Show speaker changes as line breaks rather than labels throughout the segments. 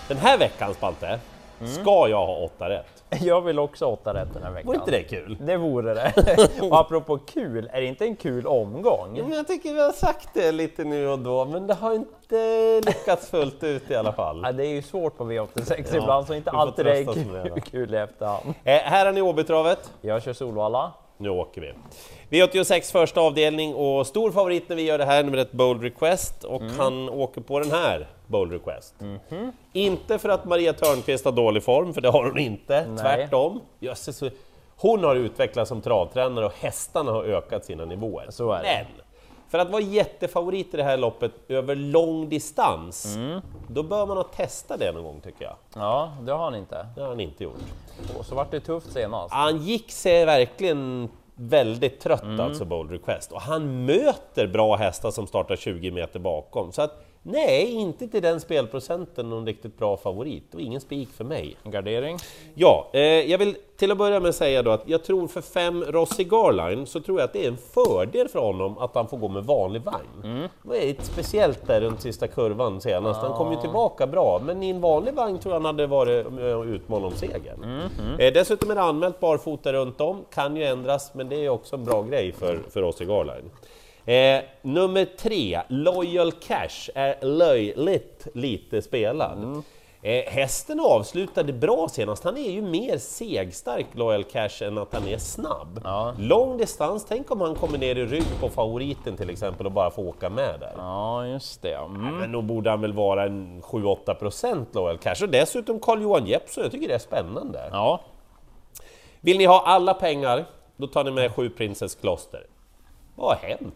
Den här veckan, Spante, ska jag ha 8 rätt.
Jag vill också 8 rätt den här veckan.
Vore inte det kul?
Det vore det. Och apropå kul, är det inte en kul omgång?
Ja, jag tycker vi har sagt det lite nu och då, men det har inte lyckats fullt ut i alla fall.
Ja, det är ju svårt på V86 ibland, så inte alltid det är kul i efterhand.
Här är ni Åbytravet.
Jag kör Solvalla.
Nu åker vi. V86 första avdelning och stor favorit när vi gör det här, nummer 1 Bold Request, och han åker på den här Bold Request. Inte för att Maria Törnqvist har dålig form, för det har hon inte.
Nej.
Tvärtom. Jösses, hon har utvecklats som travtränare och hästarna har ökat sina nivåer.
Så är det.
Men för att vara jättefavorit i det här loppet över lång distans, då bör man ha testat det någon gång, tycker jag.
Ja, det har han inte.
Det har han inte gjort.
Och så vart det tufft senast.
Han gick sig verkligen väldigt trött, alltså Bold Request, och han möter bra hästar som startar 20 meter bakom, så att nej, inte till den spelprocenten någon riktigt bra favorit, och ingen spik för mig.
Gardering?
Ja, jag vill till att börja med säga då att jag tror för 5 Rossi Garline så tror jag att det är en fördel för honom att han får gå med vanlig vagn. Det är ett speciellt där runt sista kurvan senast, han kom ju tillbaka bra, men i en vanlig vagn tror jag han hade varit utmanad om segern. Dessutom är det anmält barfota runt om, kan ju ändras, men det är också en bra grej för Rossi Garline. Nummer 3, Loyal Cash, är löjligt lite spelad. Hästen avslutade bra senast, han är ju mer segstark Loyal Cash än att han är snabb. Lång distans, tänk om han kommer ner i rygg på favoriten till exempel och bara får åka med där.
Ja, just det.
Men då borde han väl vara en 7-8% Loyal Cash, och dessutom Carl-Johan Jeppsson, jag tycker det är spännande.
Ja.
Vill ni ha alla pengar, då tar ni med 7 Princess Kloster. Vad har hänt?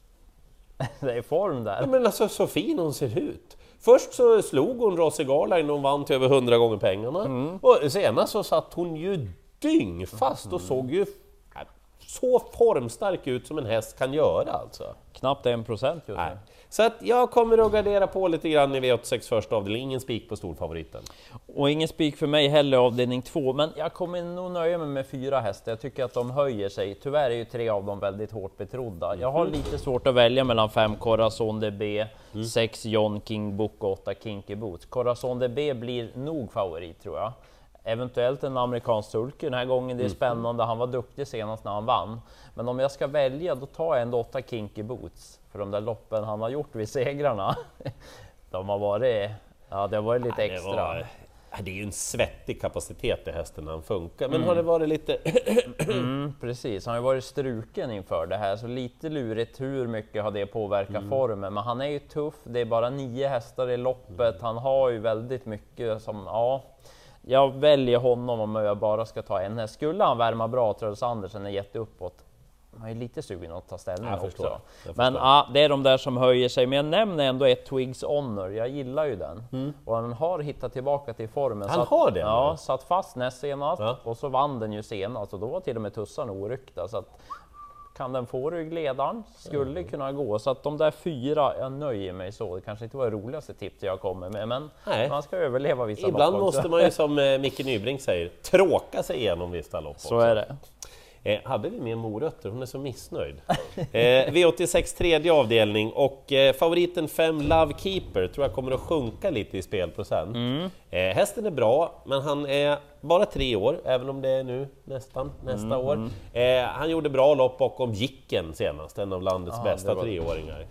Det är form där.
Ja, men alltså, så fin hon ser ut. Först så slog hon Rossi Garline och vann till över 100 gånger pengarna. Och senast så satt hon ju dyngfast och såg ju så formstark ut som en häst kan göra alltså.
Knappt 1% just nu.
Så att jag kommer att gardera på lite grann i V86 första avdelning, ingen spik på storfavoriten.
Och ingen spik för mig heller avdelning 2, men jag kommer nog nöja mig med 4 hästar. Jag tycker att de höjer sig. Tyvärr är ju 3 av dem väldigt hårt betrodda. Jag har lite svårt att välja mellan 5 Corazon DB, 6 John King Book och 8 Kinky Boots. Corazon DB blir nog favorit tror jag. Eventuellt en amerikansk sulky den här gången, det är spännande, han var duktig senast när han vann. Men om jag ska välja, då tar jag ändå 8 Kinky Boots. För de där loppen han har gjort vid segrarna, de har varit, ja det har varit lite extra.
Det är ju en svettig kapacitet i hästen när han funkar, men har det varit lite...
Precis, han har ju varit struken inför det här, så lite lurigt hur mycket har det påverkat formen. Men han är ju tuff, det är bara 9 hästar i loppet, han har ju väldigt mycket som, ja... Jag väljer honom om jag bara ska ta en häst. Skulle han värma bra, Truls Andersen är jätteuppåt. Man är lite sugen att ta ställning också. Men det är de där som höjer sig. Men jag nämner ändå ett Twigs Honor. Jag gillar ju den. Och han har hittat tillbaka till formen.
Han har det?
Ja, satt fast näst senast. Och så vann den ju senast. Och då var till och med tussarna oryckta. Så att, kan den få ryggledaren? Skulle kunna gå. Så att de där 4, jag nöjer mig så. Det kanske inte var det roligaste tipset jag kommer med. Men man ska överleva vissa lopp.
Ibland måste man ju, som Micke Nybrink säger, tråka sig igenom vissa lopp också.
Så är det.
Hade vi mer morötter? Hon är så missnöjd. V86 tredje avdelning, och favoriten 5 Love Keeper tror jag kommer att sjunka lite i spelprocent. Hästen är bra, men han är bara 3 år, även om det är nu nästan nästa år. Han gjorde bra lopp bakom Jicken senast, en av landets bästa 3-åringar.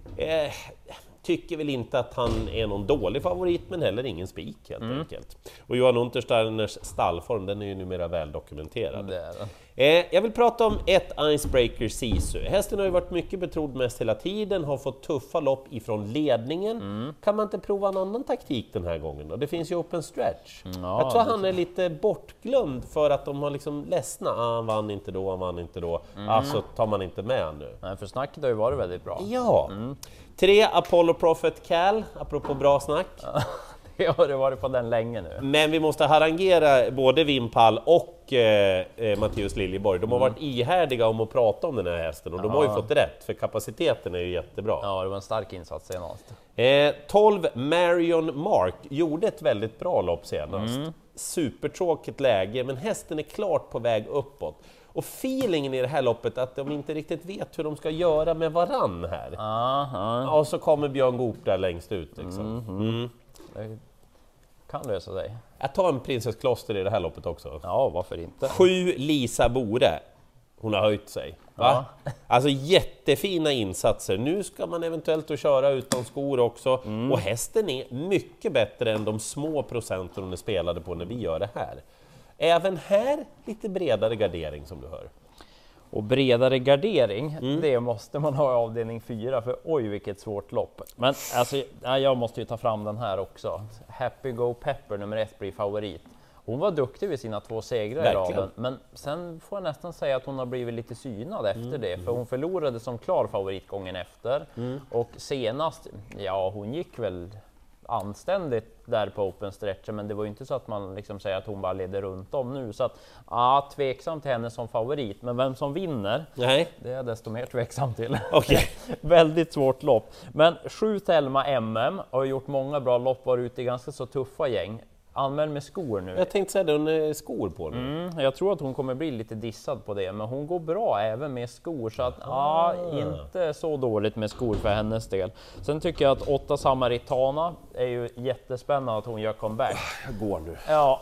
Tycker väl inte att han är någon dålig favorit, men heller ingen spik helt enkelt. Och Johan Untersteiners stallform, den är ju numera väl dokumenterad.
Det är den.
Jag vill prata om ett Icebreaker Sisu. Hästen har ju varit mycket betrodd mest hela tiden, har fått tuffa lopp ifrån ledningen. Kan man inte prova en annan taktik den här gången då? Det finns ju open stretch. Jag tror han är lite bortglömd för att de har liksom ledsna. Han vann inte då. Alltså tar man inte med nu.
Nej, för snacket har ju varit väldigt bra.
Ja. 3 Apollo Prophet Cal, apropå bra snack.
Det har det varit på den länge nu.
Men vi måste harangera både Vimpal och Mattias Liljeborg. De har varit ihärdiga om att prata om den här hästen, och de har ju fått rätt, för kapaciteten är ju jättebra.
Ja, det var en stark insats senast.
12 Marion Mark gjorde ett väldigt bra lopp senast. Supertråkigt läge, men hästen är klart på väg uppåt. Och feelingen i det här loppet att de inte riktigt vet hur de ska göra med varann här. Och så kommer Björn Goop där längst ut liksom.
kan lösa sig.
Jag tar en Princess Kloster i det här loppet också.
Ja, varför inte?
7 Lisa Bore. Hon har höjt sig. Va? Ja. Alltså jättefina insatser. Nu ska man eventuellt att köra utan skor också. Och hästen är mycket bättre än de små procenten hon är spelade på när vi gör det här. Även här lite bredare gardering som du hör.
Och bredare gardering, det måste man ha i avdelning 4, för oj vilket svårt lopp. Men alltså, jag måste ju ta fram den här också. Happy Go Pepper nummer 1 blir favorit. Hon var duktig vid sina 2 segrar i raden, men sen får jag nästan säga att hon har blivit lite synad efter det, för hon förlorade som klar favorit gången efter. Och senast, ja hon gick väl anständigt där på open stretcher, men det var ju inte så att man liksom säger att hon bara leder runt om nu, så att tveksam till henne som favorit, men vem som vinner, det är desto mer tveksam till. Väldigt svårt lopp, men 7 Thelma MM har gjort många bra lopp, var ute i ganska så tuffa gäng. Använd med skor nu.
Jag tänkte säga att hon är skor på nu.
Jag tror att hon kommer bli lite dissad på det, men hon går bra även med skor, så att inte så dåligt med skor för hennes del. Sen tycker jag att 8 Samaritana är ju jättespännande att hon gör comeback.
Jag går nu.
Ja.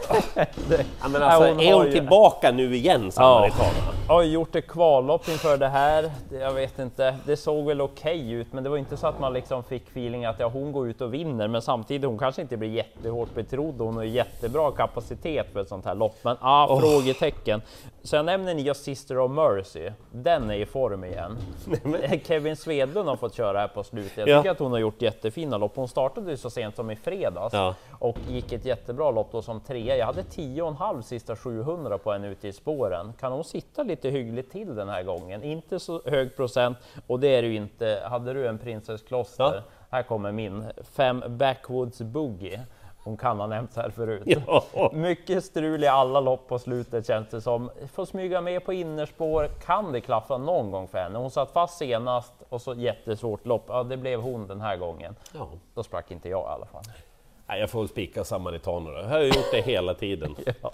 Men alltså, är hon tillbaka nu igen, Samaritana?
Ja, har gjort ett kvallopp inför det här. Jag vet inte, det såg väl okej ut, men det var inte så att man liksom fick feeling att hon går ut och vinner, men samtidigt hon kanske inte blir jättehårt betrodd. Hon har jättebra kapacitet för ett sånt här lopp, men frågetecken. Sen nämner ni Sister of Mercy, den är i form igen. Kevin Svedlund har fått köra här på slutet. Jag tycker att hon har gjort jättefina lopp. Hon startade ju så sent som i fredags och gick ett jättebra lopp då som 3. Jag hade 10,5 sista 700 på en ute i spåren. Kan hon sitta lite hyggligt till den här gången? Inte så hög procent, och det är det ju inte. Hade du en Princess Kloster, här kommer min 5 Backwoods Boogie. Hon kan ha nämnt här förut. Mycket strul i alla lopp på slutet, känns det som. Får smyga med på innerspår, kan det klaffa någon gång för henne. Hon satt fast senast och så jättesvårt lopp. Ja, det blev hon den här gången. Då sprack inte jag i alla fall.
Nej, jag får spika Samaritaner. Jag har ju gjort det hela tiden.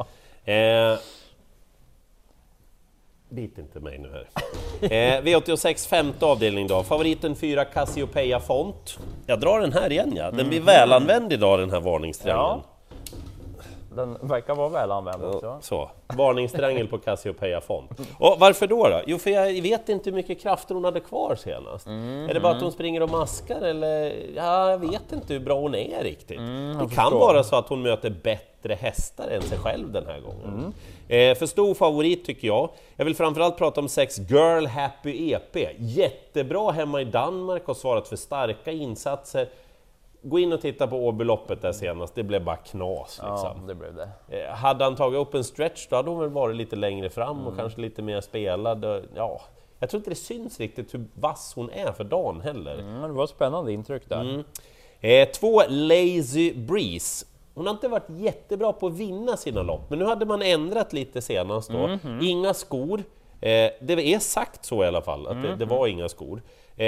Bit inte mig nu här. V86 femte avdelning då. Favoriten 4 Cassiopeia Font. Jag drar den här igen, Den blir välanvänd idag, den här varningstriangeln.
Den verkar vara välanvänd också.
Så, varningstriangel på Cassiopeia Font. Och varför då? Jo, för jag vet inte hur mycket krafter hon hade kvar senast. Är det bara att hon springer och maskar, eller? Ja, jag vet inte hur bra hon är riktigt. Det kan vara så att hon möter bättre hästar än sig själv den här gången. För stor favorit tycker jag. Jag vill framförallt prata om 6 Girl Happy EP. Jättebra hemma i Danmark, har svarat för starka insatser. Gå in och titta på Åbyloppet där senast, det blev bara knas liksom.
Ja, det blev det.
Hade han tagit upp en stretch, då hade hon väl varit lite längre fram och kanske lite mer spelad. Ja, jag tror inte det syns riktigt hur vass hon är för dagen heller.
Det var ett spännande intryck där.
2 Lazy Breeze. Hon har inte varit jättebra på att vinna sina lopp, men nu hade man ändrat lite senast då. Inga skor. Det är sagt så i alla fall, att det var inga skor.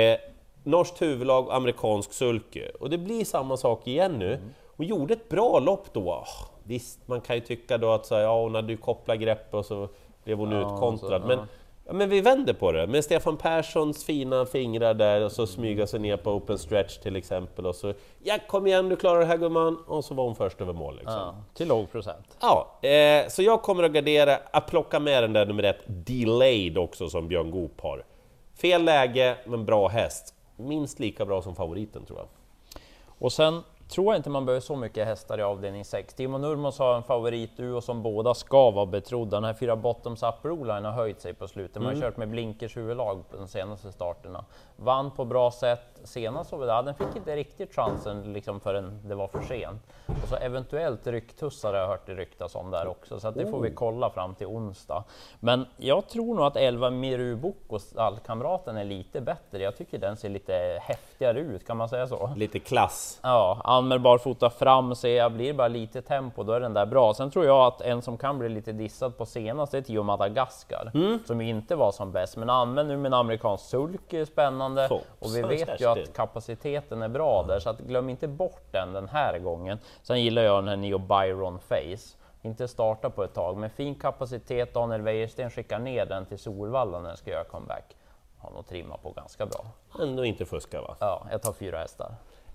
Norskt huvudlag, amerikansk sulke. Och det blir samma sak igen nu. Hon gjorde ett bra lopp då. Visst, man kan ju tycka då att hon hade ju kopplat grepp och så blev hon utkontrad. Men vi vänder på det. Med Stefan Perssons fina fingrar där och så smyga sig ner på open stretch till exempel. Och så, kom igen, du klarar det här gumman. Och så var hon först över mål. Liksom.
Till låg procent.
Så jag kommer att gardera, att plocka med den där nummer 1, Delayed också, som Björn Goop har. Fel läge, men bra häst. Minst lika bra som favoriten, tror jag.
Och sen tror jag inte man behöver så mycket hästar i avdelning 6. Timo Nurmos har en favoritduo som båda ska vara betrodda. Den här 4 Bottoms Up Broline har höjt sig på slutet. Man har kört med blinkers huvudlag på de senaste starterna. Vann på bra sätt senast, den fick inte riktigt chansen liksom förrän det var för sent. Och så eventuellt rycktussar har jag hört det ryktas om där också, så att det får vi kolla fram till onsdag. Men jag tror nog att 11 Miru Boko, stallkamraten, är lite bättre. Jag tycker den ser lite häftigare ut, kan man säga så?
Lite klass.
Ja, Anmer barfota fram, så jag blir bara lite tempo, då är den där bra. Sen tror jag att en som kan bli lite dissad på senast är Tio Madagaskar, som ju inte var som bäst, men använder nu med en amerikansk sulk, är spännande. Och vi vet ju att kapaciteten är bra där, så att glöm inte bort den här gången. Sen gillar jag den här Neo Byron Face. Inte starta på ett tag, men fin kapacitet. Daniel Wäjersten skickar ner den till Solvalla när den ska göra comeback. Har nog trimmat på ganska bra.
Ändå inte fuska, va?
Ja, jag tar 4 hästar.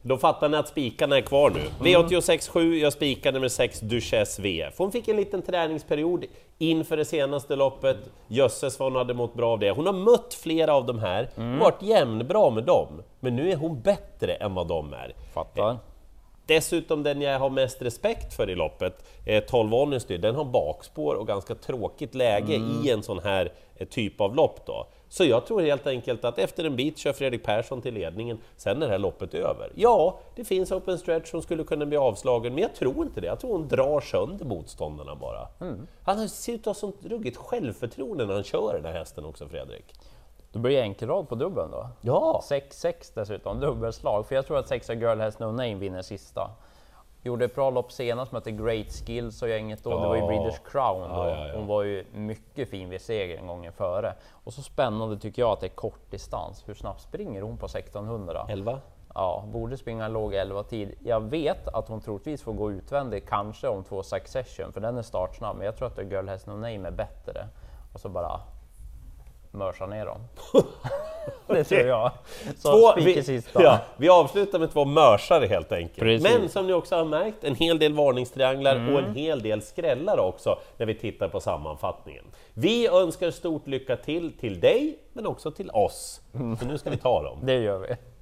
Då fattar ni att spikarna är kvar nu. V86.7, jag spikar nummer 6 Duchesse VF. Hon fick en liten träningsperiod inför det senaste loppet. Jösses vad hon hade mått bra av det. Hon har mött flera av de här, varit jämnbra med dem. Men nu är hon bättre än vad de är.
Fattar.
Dessutom den jag har mest respekt för i loppet, 12 Honesty, den har bakspår och ganska tråkigt läge i en sån här typ av lopp då. Så jag tror helt enkelt att efter en bit kör Fredrik Persson till ledningen, sen är det här loppet över. Ja, det finns open stretch som skulle kunna bli avslagen, men jag tror inte det. Jag tror hon drar sönder motståndarna bara. Han ser ut att ha sånt ruggigt självförtroende när han kör den här hästen också, Fredrik.
Då blir det enkelrad på dubbeln då.
Ja!
6-6 dessutom, dubbelslag. För jag tror att 6 Girl Has No Name vinner sista. Gjorde ett bra lopp senast, mötte Great Skills och gänget då. Det var ju British Crown då.
Ja.
Hon var ju mycket fin vid segern gången före. Och så spännande tycker jag att det är kort distans. Hur snabbt springer hon på 1600?
11?
Ja, borde springa en låg 11-tid. Jag vet att hon troligtvis får gå utvändigt, kanske om 2 Succession, för den är startsnabb. Men jag tror att Girl Has No Name är bättre. Och så bara mörsa ner dem. Det tror jag. Så
vi avslutar med 2 mörsare helt enkelt.
Precis.
Men som ni också har märkt, en hel del varningstrianglar och en hel del skrällar också när vi tittar på sammanfattningen. Vi önskar stort lycka till dig, men också till oss. Så nu ska vi ta dem.
Det gör vi.